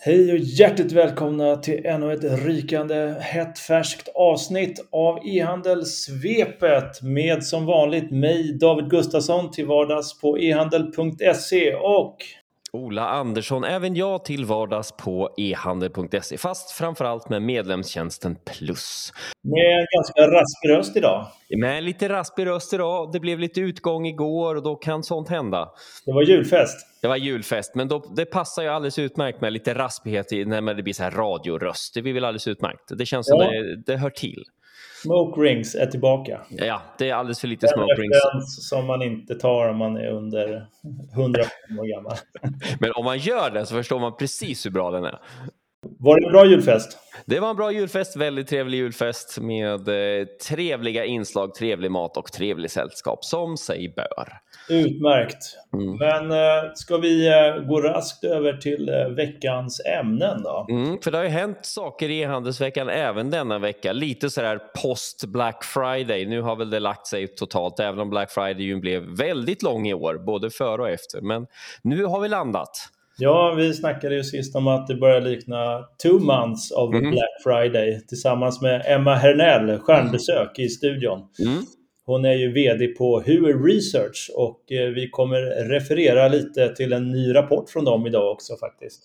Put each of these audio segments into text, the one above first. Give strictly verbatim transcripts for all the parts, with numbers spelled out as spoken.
Hej och hjärtligt välkomna till ännu ett rykande hett färskt avsnitt av e-handelssvepet med som vanligt mig David Gustafsson till vardags på e-handel punkt se och Ola Andersson, även jag till vardags på e-handel punkt se, fast framförallt med medlemstjänsten Plus. Med en ganska raspig röst idag. Med lite raspig röst idag, det blev lite utgång igår och då kan sånt hända. Det var julfest. Det var julfest, men då, det passar ju alldeles utmärkt med lite raspighet i, när det blir så här radioröst. Det blir väl alldeles utmärkt. Det känns som Ja. det, det hör till. Smoke rings är tillbaka. Ja, det är alldeles för lite en smoke rings. referens som man inte tar om man är under hundra år gammal. Men om man gör det så förstår man precis hur bra den är. Var det en bra julfest? Det var en bra julfest, väldigt trevlig julfest med eh, trevliga inslag, trevlig mat och trevlig sällskap som sig bör. Utmärkt. Mm. Men eh, ska vi eh, gå raskt över till eh, veckans ämnen då? Mm, för det har ju hänt saker i e-handelsveckan även denna vecka. Lite sådär post Black Friday. Nu har väl det lagt sig totalt, även om Black Friday ju blev väldigt lång i år, både före och efter. Men nu har vi landat. Ja, vi snackade ju sist om att det börjar likna two months of Mm. Black Friday tillsammans med Emma Hernell, stjärnbesök i studion. Mm. Hon är ju vd på Hue Research och eh, vi kommer referera lite till en ny rapport från dem idag också faktiskt.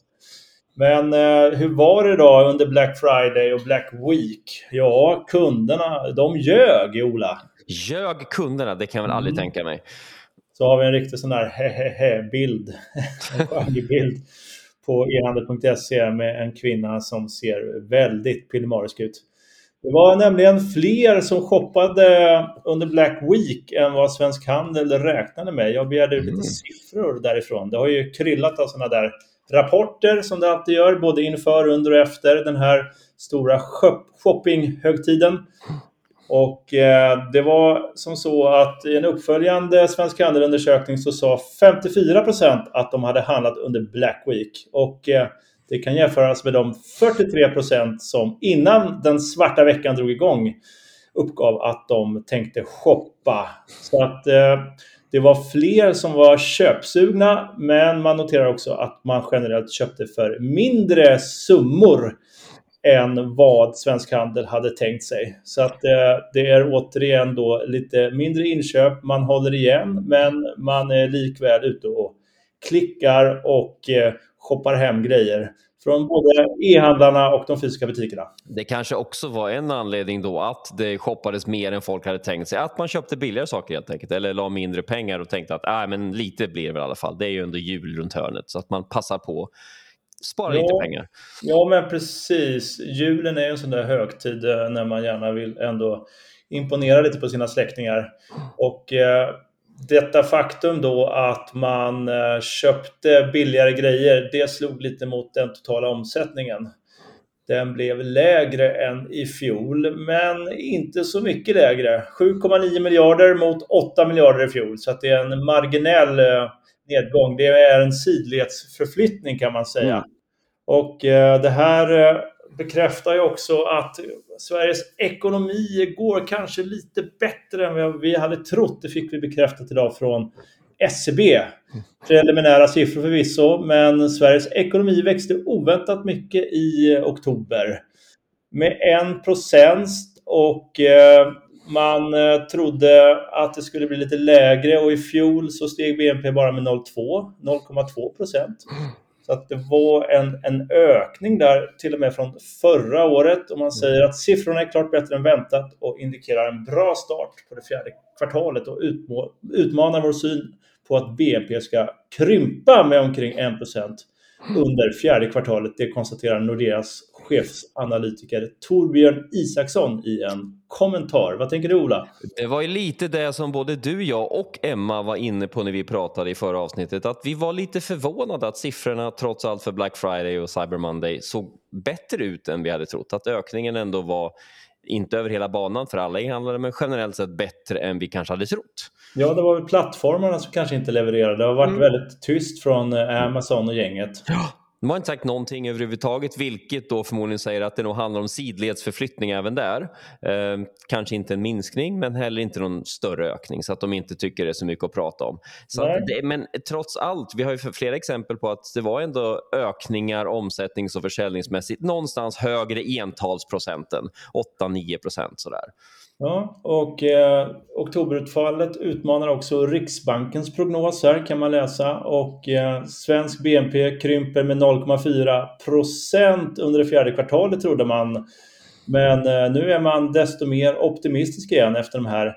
Men eh, hur var det då under Black Friday och Black Week? Ja, kunderna, de ljög, Ola. Ljög kunderna, det kan jag väl aldrig Mm. tänka mig. Så har vi en riktig sån här he-he-he-bild, en skärlig bild på e-handel punkt se med en kvinna som ser väldigt pillemarisk ut. Det var nämligen fler som shoppade under Black Week än vad Svensk Handel räknade med. Jag begärde ut lite Mm. siffror därifrån. Det har ju kryllat av såna där rapporter som det alltid gör, både inför, under och efter den här stora shop- shoppinghögtiden. Och eh, det var som så att i en uppföljande Svensk Handelundersökning så sa femtiofyra procent att de hade handlat under Black Week. Och eh, det kan jämföras med de fyrtiotre procent som innan den svarta veckan drog igång uppgav att de tänkte shoppa. Så att eh, det var fler som var köpsugna, men man noterar också att man generellt köpte för mindre summor än vad Svensk Handel hade tänkt sig. Så att eh, det är återigen då lite mindre inköp. Man håller igen, men man är likväl ute och klickar och eh, shoppar hem grejer från både e-handlarna och de fysiska butikerna. Det kanske också var en anledning då att det shoppades mer än folk hade tänkt sig. Att man köpte billigare saker helt enkelt. Eller la mindre pengar och tänkte att äh, men lite blir det väl i alla fall. Det är ju under jul runt hörnet. Så att man passar på spara ja, lite pengar. Ja, men precis. Julen är ju en sån där högtid eh, när man gärna vill ändå imponera lite på sina släktingar. Och eh, detta faktum då att man eh, köpte billigare grejer, det slog lite mot den totala omsättningen. Den blev lägre än i fjol, men inte så mycket lägre. sju komma nio miljarder mot åtta miljarder i fjol. Så att det är en marginell eh, nedgång. Det är en sidledsförflyttning kan man säga. Mm. Och eh, det här eh, bekräftar ju också att Sveriges ekonomi går kanske lite bättre än vad vi hade trott. Det fick vi bekräftat idag från S C B. Preliminära siffror förvisso, men Sveriges ekonomi växte oväntat mycket i oktober. Med en procent och eh, man eh, trodde att det skulle bli lite lägre och i fjol så steg B N P bara med noll komma två procent. Så att det var en, en ökning där till och med från förra året. Och man säger att siffrorna är klart bättre än väntat och indikerar en bra start på det fjärde kvartalet. Och utmå, utmanar vår syn på att B N P ska krympa med omkring en procent under fjärde kvartalet. Det konstaterar Nordeas chefsanalytiker Torbjörn Isaksson i en kommentar. Vad tänker du, Ola? Det var ju lite det som både du, jag och Emma var inne på när vi pratade i förra avsnittet. Att vi var lite förvånade att siffrorna trots allt för Black Friday och Cyber Monday såg bättre ut än vi hade trott. Att ökningen ändå var inte över hela banan för alla e-handlare, men generellt sett bättre än vi kanske hade trott. Ja, det var väl plattformarna som kanske inte levererade. Det har varit mm. väldigt tyst från Amazon och gänget. Ja. De har inte sagt någonting överhuvudtaget, vilket då förmodligen säger att det nog handlar om sidledsförflyttning även där. Eh, kanske inte en minskning, men heller inte någon större ökning, så att de inte tycker det är så mycket att prata om. Så att det, men trots allt, vi har ju flera exempel på att det var ändå ökningar omsättnings- och försäljningsmässigt någonstans högre entalsprocenten, åtta till nio procent sådär. Ja, och eh, oktoberutfallet utmanar också Riksbankens prognoser, kan man läsa, och eh, svensk B N P krymper med noll komma fyra procent under det fjärde kvartalet, trodde man. Men eh, nu är man desto mer optimistisk igen efter de här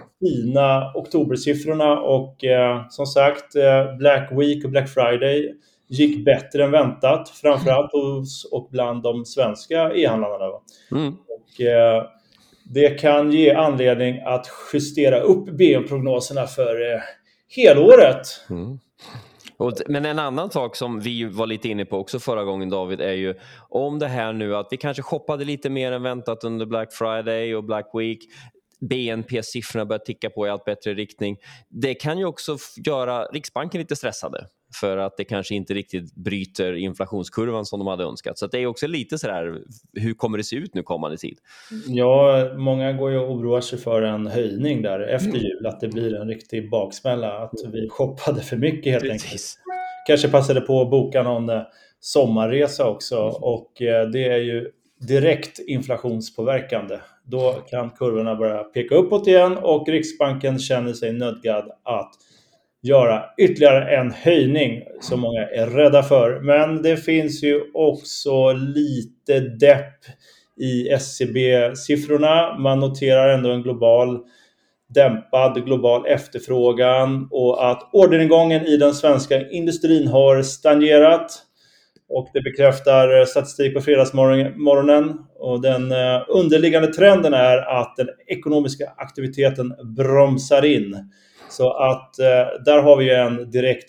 fina oktobersiffrorna, och eh, som sagt, eh, Black Week och Black Friday gick bättre än väntat, framförallt hos och bland de svenska e-handlarna. Mm. Och eh, det kan ge anledning att justera upp B N P-prognoserna för eh, helåret. Mm. Och, men en annan sak som vi var lite inne på också förra gången, David, är ju om det här nu att vi kanske shoppade lite mer än väntat under Black Friday och Black Week. B N P-siffrorna börjar ticka på i allt bättre riktning. Det kan ju också göra Riksbanken lite stressade, för att det kanske inte riktigt bryter inflationskurvan som de hade önskat. Så det är också lite sådär, hur kommer det se ut nu kommande tid? Ja, många går ju och oroar sig för en höjning där efter jul, att det blir en riktig baksmälla, att vi shoppade för mycket helt Precis. enkelt. Kanske passade på att boka någon sommarresa också, och det är ju direkt inflationspåverkande. Då kan kurvorna börja peka uppåt igen, och Riksbanken känner sig nödgad att göra ytterligare en höjning som många är rädda för. Men det finns ju också lite depp i S C B-siffrorna. Man noterar ändå en global dämpad global efterfrågan, och att orderingången i den svenska industrin har stagnerat. Och det bekräftar statistik på fredagsmorgonen, och den underliggande trenden är att den ekonomiska aktiviteten bromsar in. Så att eh, där har vi en direkt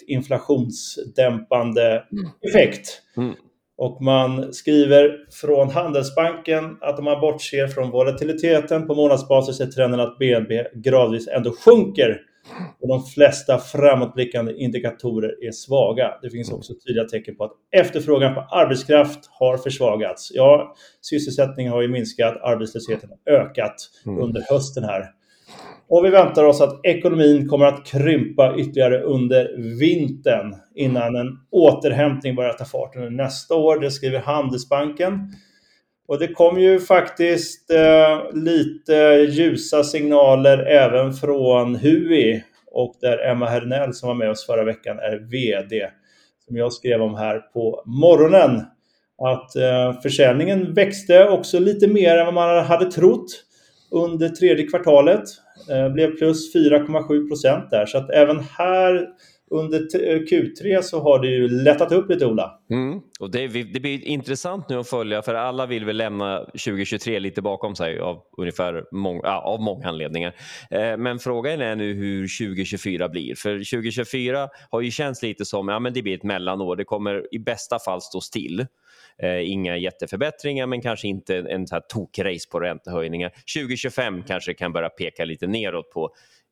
inflationsdämpande effekt. Mm. Och man skriver från Handelsbanken att om man bortser från volatiliteten på månadsbasis är trenden att B N P gradvis ändå sjunker. Och de flesta framåtblickande indikatorer är svaga. Det finns också tydliga tecken på att efterfrågan på arbetskraft har försvagats. Ja, sysselsättningen har ju minskat, arbetslösheten har ökat Mm. under hösten här. Och vi väntar oss att ekonomin kommer att krympa ytterligare under vintern innan en återhämtning börjar ta fart under nästa år. Det skriver Handelsbanken. Och det kom ju faktiskt eh, lite ljusa signaler även från H U I, och där Emma Hernell som var med oss förra veckan är vd, som jag skrev om här på morgonen. Att eh, försäljningen växte också lite mer än vad man hade trott under tredje kvartalet. Eh, blev plus fyra komma sju procent där. Så att även här under t- Q tre så har det ju lättat upp lite, Ola. Mm. Och det, det blir intressant nu att följa, för alla vill väl lämna tjugo tjugotre lite bakom sig av ungefär mång, ja, av många anledningar. Eh, men frågan är nu hur tjugo tjugofyra blir. För tjugo tjugofyra har ju känts lite som, ja men det blir ett mellanår. Det kommer i bästa fall stå still. Eh, inga jätteförbättringar, men kanske inte en så här tokrace på räntehöjningar. tjugo tjugofem kanske kan börja peka lite neråt på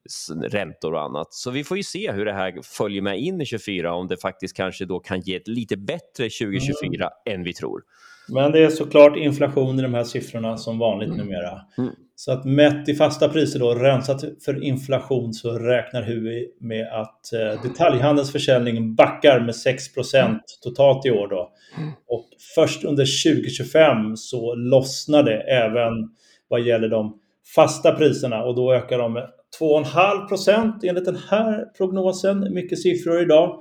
räntor och annat. Så vi får ju se hur det här följer med in i tjugofyra, om det faktiskt kanske då kan ge ett lite bättre tjugo tjugofyra mm. än vi tror. Men det är såklart inflation i de här siffrorna som vanligt mm. numera. Mm. Så att mätt i fasta priser då, rensat för inflation, så räknar H U I med att eh, detaljhandelns försäljning backar med sex procent totalt i år då. Och först under tjugo tjugofem så lossnar det även vad gäller de fasta priserna, och då ökar de med två komma fem procent enligt den här prognosen. Mycket siffror idag.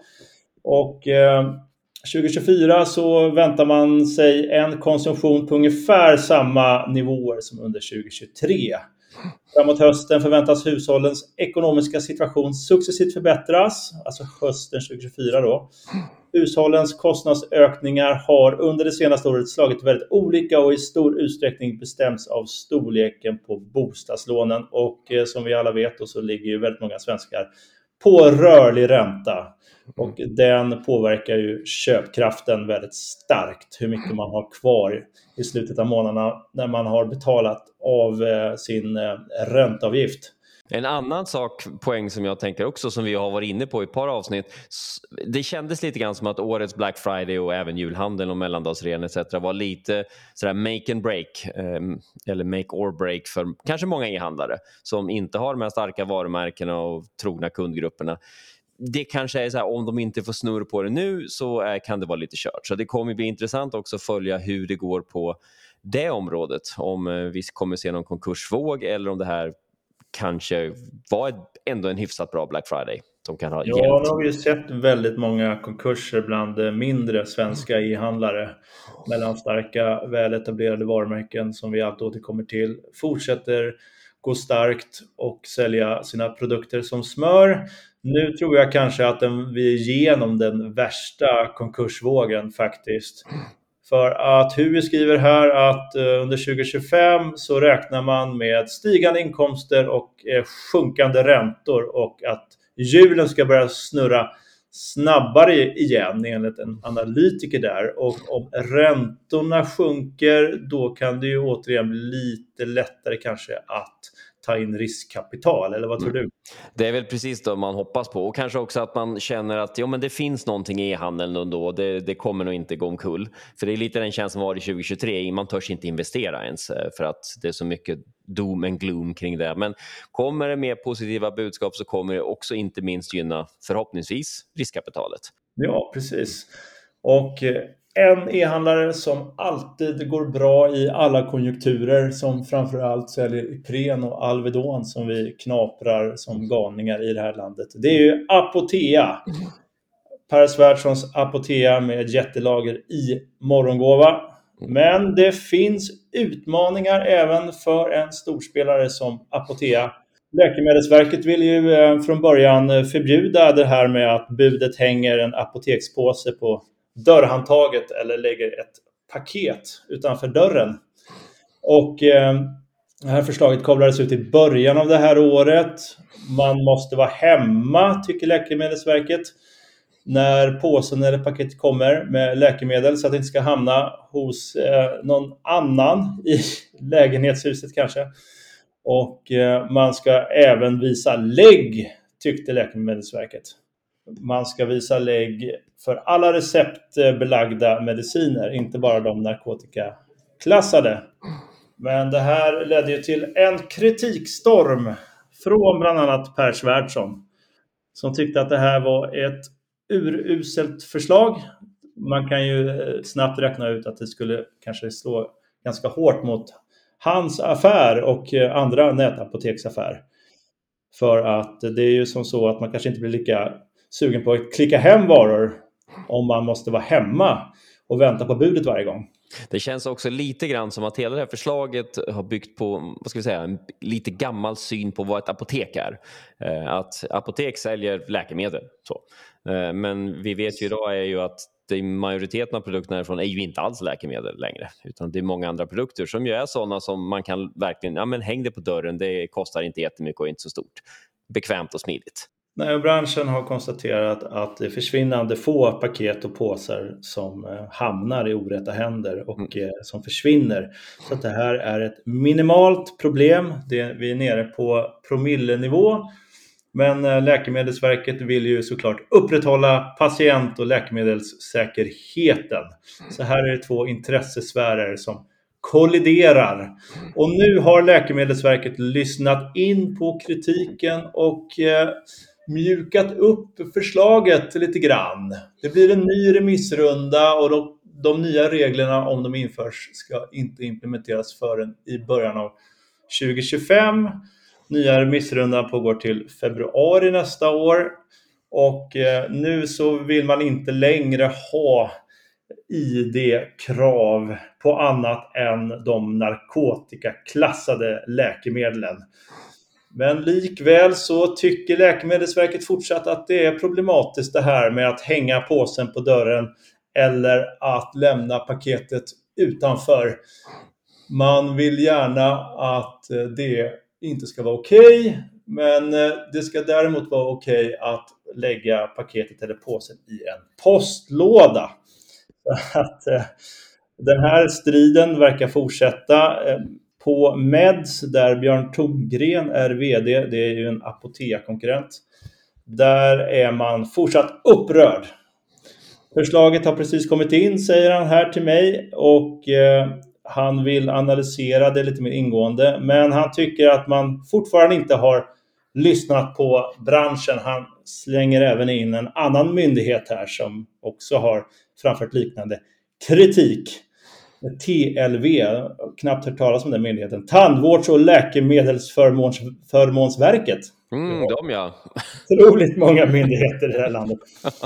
Och eh, tjugo tjugofyra så väntar man sig en konsumtion på ungefär samma nivåer som under tjugo tjugotre. Framåt hösten förväntas hushållens ekonomiska situation successivt förbättras, alltså hösten tjugo tjugofyra då. Hushållens kostnadsökningar har under det senaste året slagit väldigt olika och i stor utsträckning bestäms av storleken på bostadslånen. Och eh, som vi alla vet då, så ligger ju väldigt många svenskar på rörlig ränta. Och den påverkar ju köpkraften väldigt starkt, hur mycket man har kvar i slutet av månaderna när man har betalat av eh, sin eh, ränteavgift. En annan sak, poäng som jag tänker också, som vi har varit inne på i ett par avsnitt, det kändes lite grann som att årets Black Friday och även julhandeln och mellandagsrean et cetera var lite sådär make and break, eller make or break för kanske många e-handlare som inte har de här starka varumärkena och trogna kundgrupperna. Det kanske är så här, om de inte får snurr på det nu så är, kan det vara lite kört. Så det kommer bli intressant också att följa hur det går på det området. Om vi kommer se någon konkursvåg eller om det här kanske var ändå en hyfsat bra Black Friday som kan ha Ja, hjälpt. nu har vi ju sett väldigt många konkurser bland mindre svenska e-handlare. Mellan starka, väletablerade varumärken som vi alltid återkommer till fortsätter gå starkt och sälja sina produkter som smör. Nu tror jag kanske att den, vi är igenom den värsta konkursvågen faktiskt. För att hur vi skriver här att under tjugo tjugofem så räknar man med stigande inkomster och sjunkande räntor och att hjulen ska börja snurra snabbare igen enligt en analytiker där. Och om räntorna sjunker då kan det ju återigen bli lite lättare kanske att ta in riskkapital, eller vad tror du? Det är väl precis det man hoppas på, och kanske också att man känner att ja, men det finns någonting i e-handeln ändå, det, det kommer nog inte gå omkull. För det är lite den känslan var i tjugo tjugotre, man törs inte investera ens för att det är så mycket doom and gloom kring det. Men kommer det mer positiva budskap så kommer det också inte minst gynna förhoppningsvis riskkapitalet. Ja, precis. Och en e-handlare som alltid går bra i alla konjunkturer, som framförallt säljer Ipren och Alvedon som vi knaprar som galningar i det här landet, det är ju Apotea. Per Svärdssons Apotea med jättelager i morgongåva. Men det finns utmaningar även för en storspelare som Apotea. Läkemedelsverket vill ju från början förbjuda det här med att budet hänger en apotekspåse på dörrhandtaget eller lägger ett paket utanför dörren. Och eh, det här förslaget kopplades ut i början av det här året. Man måste vara hemma, tycker Läkemedelsverket, när påsen eller paketet kommer med läkemedel, så att det inte ska hamna hos eh, någon annan i lägenhetshuset kanske. Och eh, man ska även visa lägg, tyckte Läkemedelsverket. Man ska visa lägg för alla receptbelagda mediciner, inte bara de narkotikaklassade. Men det här ledde ju till en kritikstorm från bland annat Per Svärdson, som tyckte att det här var ett uruselt förslag. Man kan ju snabbt räkna ut att det skulle kanske slå ganska hårt mot hans affär och andra nätapoteksaffär. För att det är ju som så att man kanske inte blir lika sugen på att klicka hem varor om man måste vara hemma och vänta på budet varje gång. Det känns också lite grann som att hela det här förslaget har byggt på, vad ska vi säga, en lite gammal syn på vad ett apotek är. Att apotek säljer läkemedel. Så. Men vi vet ju idag är ju att det majoriteten av produkterna härifrån är ju inte alls läkemedel längre. Utan det är många andra produkter som ju är sådana som man kan verkligen, ja men häng det på dörren, det kostar inte jättemycket och inte så stort. Bekvämt och smidigt. Nej, och branschen har konstaterat att det är försvinnande få paket och påsar som hamnar i orätta händer och mm. som försvinner. Så att det här är ett minimalt problem. Det, vi är nere på promillenivå. Men Läkemedelsverket vill ju såklart upprätthålla patient- och läkemedelssäkerheten. Så här är det två intressesfärer som kolliderar. Och nu har Läkemedelsverket lyssnat in på kritiken och eh, mjukat upp förslaget lite grann. Det blir en ny remissrunda och de, de nya reglerna, om de införs, ska inte implementeras förrän i början av tjugo tjugofem. Nya remissrundan pågår till februari nästa år. Och eh, nu så vill man inte längre ha I D-krav på annat än de narkotikaklassade läkemedlen. Men likväl så tycker Läkemedelsverket fortsatt att det är problematiskt det här med att hänga påsen på dörren eller att lämna paketet utanför. Man vill gärna att det inte ska vara okej, men det ska däremot vara okej att lägga paketet eller påsen i en postlåda. Så att den här striden verkar fortsätta. På Meds, där Björn Thorngren är vd, det är ju en Apotea-konkurrent, där är man fortsatt upprörd. Förslaget har precis kommit in, säger han här till mig, och eh, han vill analysera det lite mer ingående. Men han tycker att man fortfarande inte har lyssnat på branschen. Han slänger även in en annan myndighet här som också har framfört liknande kritik. T L V, knappt hört talas om den myndigheten. Tandvårds- och läkemedelsförmånsverket. Mm, de ja. Otroligt många myndigheter i det här landet.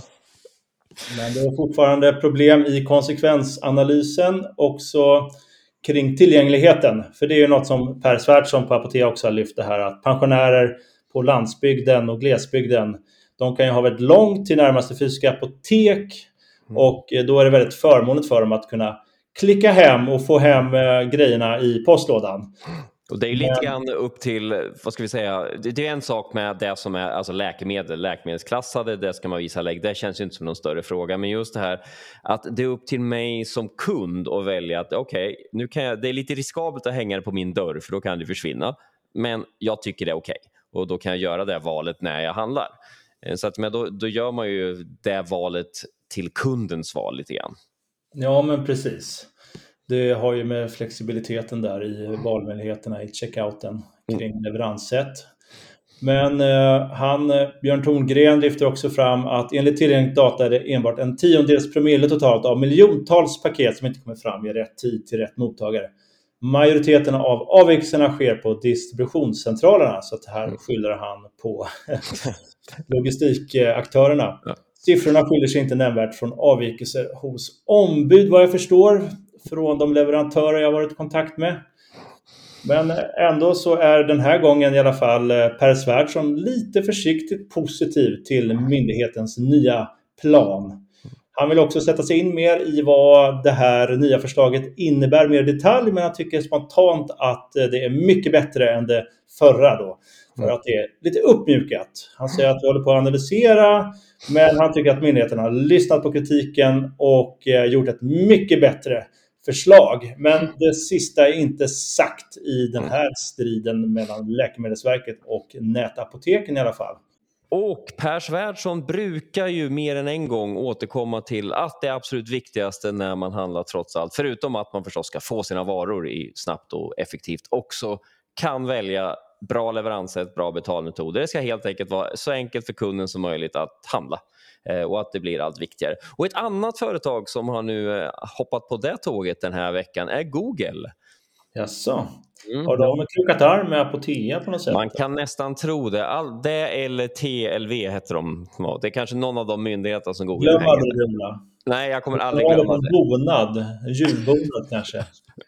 Men det är fortfarande problem i konsekvensanalysen, också kring tillgängligheten. För det är ju något som Per Svärdson på Apotea också har lyft det här, att pensionärer på landsbygden och glesbygden, de kan ju ha väldigt långt till närmaste fysiska apotek, och då är det väldigt förmånligt för dem att kunna klicka hem och få hem eh, grejerna i postlådan. Och det är ju lite grann upp till, vad ska vi säga, det är en sak med det som är alltså läkemedel, läkemedelsklassade, det ska man visa lägg, det känns ju inte som någon större fråga, men just det här att det är upp till mig som kund att välja att okej, okay, nu kan jag, det är lite riskabelt att hänga det på min dörr för då kan det försvinna, men jag tycker det är okej okay, och då kan jag göra det valet när jag handlar. Så att, men då, då gör man ju det valet till kundens val lite grann. Ja, men precis. Det har ju med flexibiliteten där i valmöjligheterna i checkouten kring mm. leveranssätt. Men eh, han, Björn Thorngren, lyfter också fram att enligt tillgänglig data är det enbart en tiondels promille totalt av miljontals paket som inte kommer fram i rätt tid till rätt mottagare. Majoriteten av avvikelserna sker på distributionscentralerna, så att här skyller han på logistikaktörerna. Ja. Siffrorna skiljer sig inte nämnvärt från avvikelser hos ombud, vad jag förstår, från de leverantörer jag varit i kontakt med. Men ändå så är den här gången i alla fall Per Svärdson lite försiktigt positiv till myndighetens nya plan. Han vill också sätta sig in mer i vad det här nya förslaget innebär mer detalj, men han tycker spontant att det är mycket bättre än det förra då. För att det är lite uppmjukat. Han säger att vi håller på att analysera, men han tycker att myndigheten har lyssnat på kritiken och gjort ett mycket bättre förslag. Men det sista är inte sagt i den här striden mellan Läkemedelsverket och nätapoteken i alla fall. Och Per Svärdson brukar ju mer än en gång återkomma till att det absolut viktigaste när man handlar trots allt, förutom att man förstås ska få sina varor i snabbt och effektivt, också kan välja bra leveranser, bra betalmetoder. Det ska helt enkelt vara så enkelt för kunden som möjligt att handla. Och att det blir allt viktigare. Och ett annat företag som har nu hoppat på det tåget den här veckan är Google. Jaså? Mm. Har de krokat arm med Apotea på något sätt? Man kan nästan tro det. All, det eller T L V heter de. Det är kanske någon av de myndigheter som Google Glöm aldrig det. Nej, jag kommer aldrig glömma det. Bonad, julbonad kanske.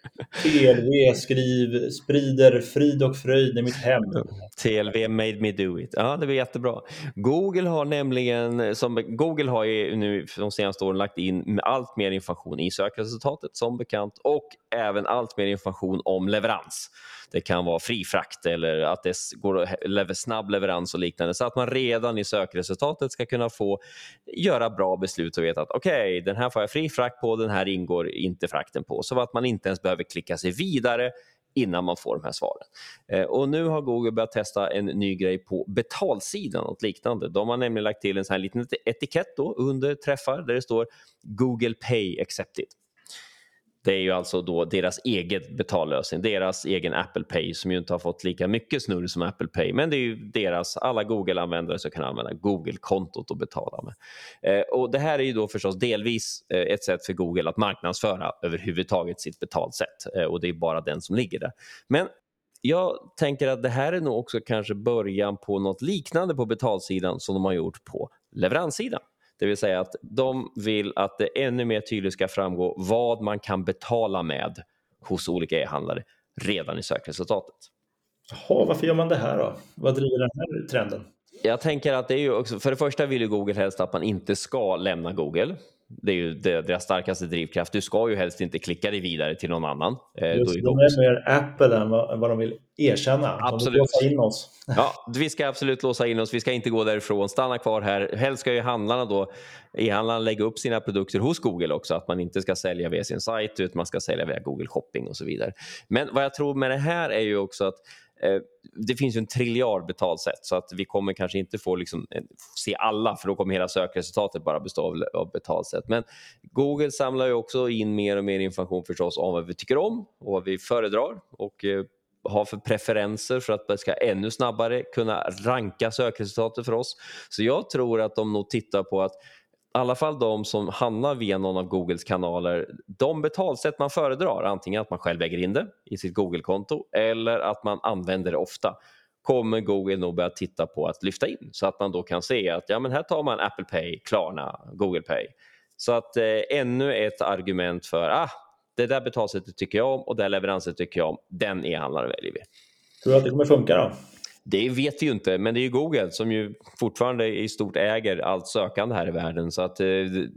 T L V skriv, sprider frid och fröjd i mitt hem. T L V made me do it. Ja, det blir jättebra. Google har nämligen, som Google har ju nu de senaste åren lagt in allt mer information i sökresultatet som bekant, och även allt mer information om leverans. Det kan vara fri frakt eller att det går snabb leverans och liknande, så att man redan i sökresultatet ska kunna få göra bra beslut och veta att okej, okay, den här får jag fri frakt på, den här ingår inte frakten på, så att man inte ens behöver klicka sig vidare innan man får de här svaren. Eh, och nu har Google börjat testa en ny grej på betalsidan och liknande. De har nämligen lagt till en sån här liten etikett då under träffar där det står Google Pay Accepted. Det är ju alltså då deras egen betallösning, deras egen Apple Pay, som ju inte har fått lika mycket snurr som Apple Pay, men det är ju deras, alla Google-användare som kan använda Google-kontot och betala med. Eh, och det här är ju då förstås delvis eh, ett sätt för Google att marknadsföra överhuvudtaget sitt betalsätt, eh, och det är bara den som ligger där. Men jag tänker att det här är nog också kanske början på något liknande på betalsidan som de har gjort på leveranssidan. Det vill säga att de vill att det ännu mer tydligt ska framgå vad man kan betala med hos olika e-handlare redan i sökresultatet. Jaha, varför gör man det här då? Vad driver den här trenden? Jag tänker att det är ju också, för det första vill ju Google helst att man inte ska lämna Google. Det är ju deras starkaste drivkraft. Du ska ju helst inte klicka dig vidare till någon annan. Just, Då är de är mer Apple än vad, vad de vill erkänna. Absolut. De vill låsa in oss. Ja, vi ska absolut låsa in oss. Vi ska inte gå därifrån. Stanna kvar här. Helst ska ju handlarna då, e-handlarna lägga upp sina produkter hos Google också. Att man inte ska sälja via sin sajt utan man ska sälja via Google Shopping och så vidare. Men vad jag tror med det här är ju också att eh, det finns ju en triljard betalsätt, så att vi kommer kanske inte få liksom, se alla, för då kommer hela sökresultatet bara bestå av, av betalsätt. Men Google samlar ju också in mer och mer information förstås om vad vi tycker om och vad vi föredrar och eh, har för preferenser för att det ska ännu snabbare kunna ranka sökresultatet för oss. Så jag tror att de nog tittar på att i alla fall de som hamnar via någon av Googles kanaler, de betalsätt man föredrar, antingen att man själv lägger in det i sitt Google-konto eller att man använder det ofta, kommer Google nog börja titta på att lyfta in, så att man då kan se att ja, men här tar man Apple Pay, Klarna, Google Pay. Så att eh, ännu ett argument för ah, det där betalsättet tycker jag om och det där leveranset tycker jag om, den e-handlare väljer vi. Tror du att det kommer funka då? Det vet vi ju inte, men det är ju Google som ju fortfarande i stort äger allt sökande här i världen. Så att eh,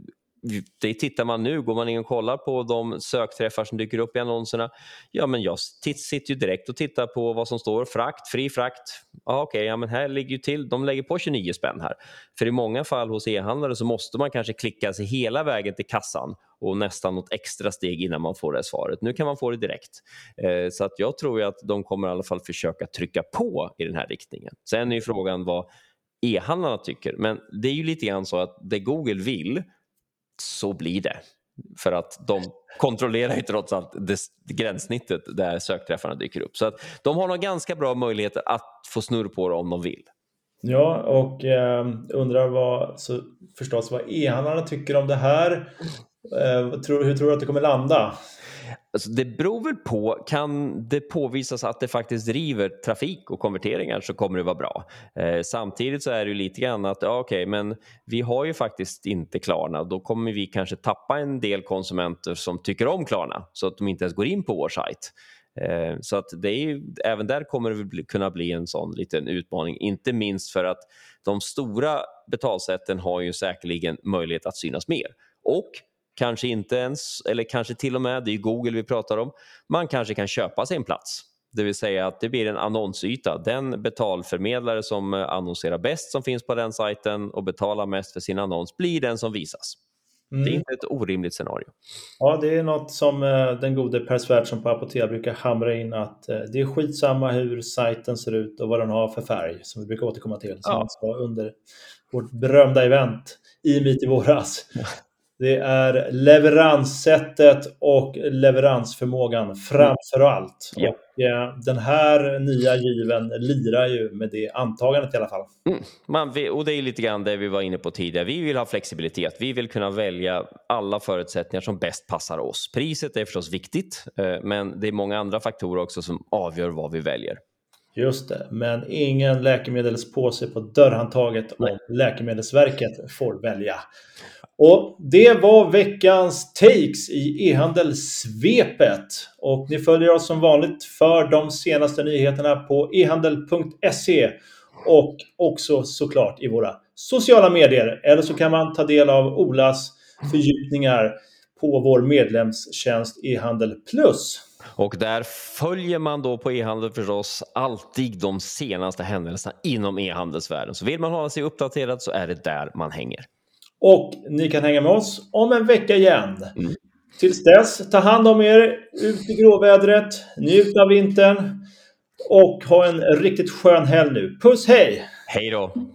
det tittar man nu, går man in och kollar på de sökträffar som dyker upp i annonserna. Ja, men jag sitter ju direkt och tittar på vad som står. Frakt, fri frakt. Ja, okej, okay, ja, men här ligger ju till, de lägger på tjugonio spänn här. För i många fall hos e-handlare så måste man kanske klicka sig hela vägen till kassan och nästan något extra steg innan man får det svaret. Nu kan man få det direkt. Eh, så att jag tror ju att de kommer i alla fall försöka trycka på i den här riktningen. Sen är ju frågan vad e-handlarna tycker. Men det är ju lite grann så att det Google vill, så blir det. För att de kontrollerar ju trots allt det gränssnittet där sökträffarna dyker upp. Så att de har nog ganska bra möjligheter att få snurr på det om de vill. Ja, och eh, undrar vad, så förstås vad e-handlarna tycker om det här. Eh, tror, hur tror du att det kommer landa? Alltså det beror väl på, kan det påvisas att det faktiskt driver trafik och konverteringar så kommer det vara bra. Eh, samtidigt så är det ju lite grann att ja, okej, men vi har ju faktiskt inte Klarna. Då kommer vi kanske tappa en del konsumenter som tycker om Klarna så att de inte ens går in på vår sajt. Eh, så att det är ju, även där kommer det bli, kunna bli en sån liten utmaning. Inte minst för att de stora betalsätten har ju säkerligen möjlighet att synas mer. Och kanske inte ens, eller kanske till och med, det är ju Google vi pratar om, man kanske kan köpa sig en plats. Det vill säga att det blir en annonsyta. Den betalförmedlare som annonserar bäst som finns på den sajten och betalar mest för sin annons blir den som visas. Mm. Det är inte ett orimligt scenario. Ja, det är något som den gode Per Svärdson på Apotea brukar hamra in, att det är skitsamma hur sajten ser ut och vad den har för färg, som vi brukar återkomma till. Som ja. Sa under vårt berömda event i Meet i våras. Ja. Det är leveranssättet och leveransförmågan framför allt. Ja. Och eh, den här nya given lirar ju med det antagandet i alla fall. Mm. Man vill, och det är lite grann det vi var inne på tidigare. Vi vill ha flexibilitet. Vi vill kunna välja alla förutsättningar som bäst passar oss. Priset är förstås viktigt, eh, men det är många andra faktorer också som avgör vad vi väljer. Just det, men ingen läkemedelspåse på dörrhandtaget om Läkemedelsverket får välja. Och det var veckans takes i e-handelssvepet. Och ni följer oss som vanligt för de senaste nyheterna på e handel punkt se och också såklart i våra sociala medier. Eller så kan man ta del av Olas fördjupningar på vår medlemstjänst e-handel plus. Och där följer man då på e-handel förstås alltid de senaste händelserna inom e-handelsvärlden. Så vill man hålla sig uppdaterad så är det där man hänger. Och ni kan hänga med oss om en vecka igen. Mm. Tills dess, ta hand om er, ut i gråvädret, njut av vintern och ha en riktigt skön helg nu. Puss, hej! Hej då!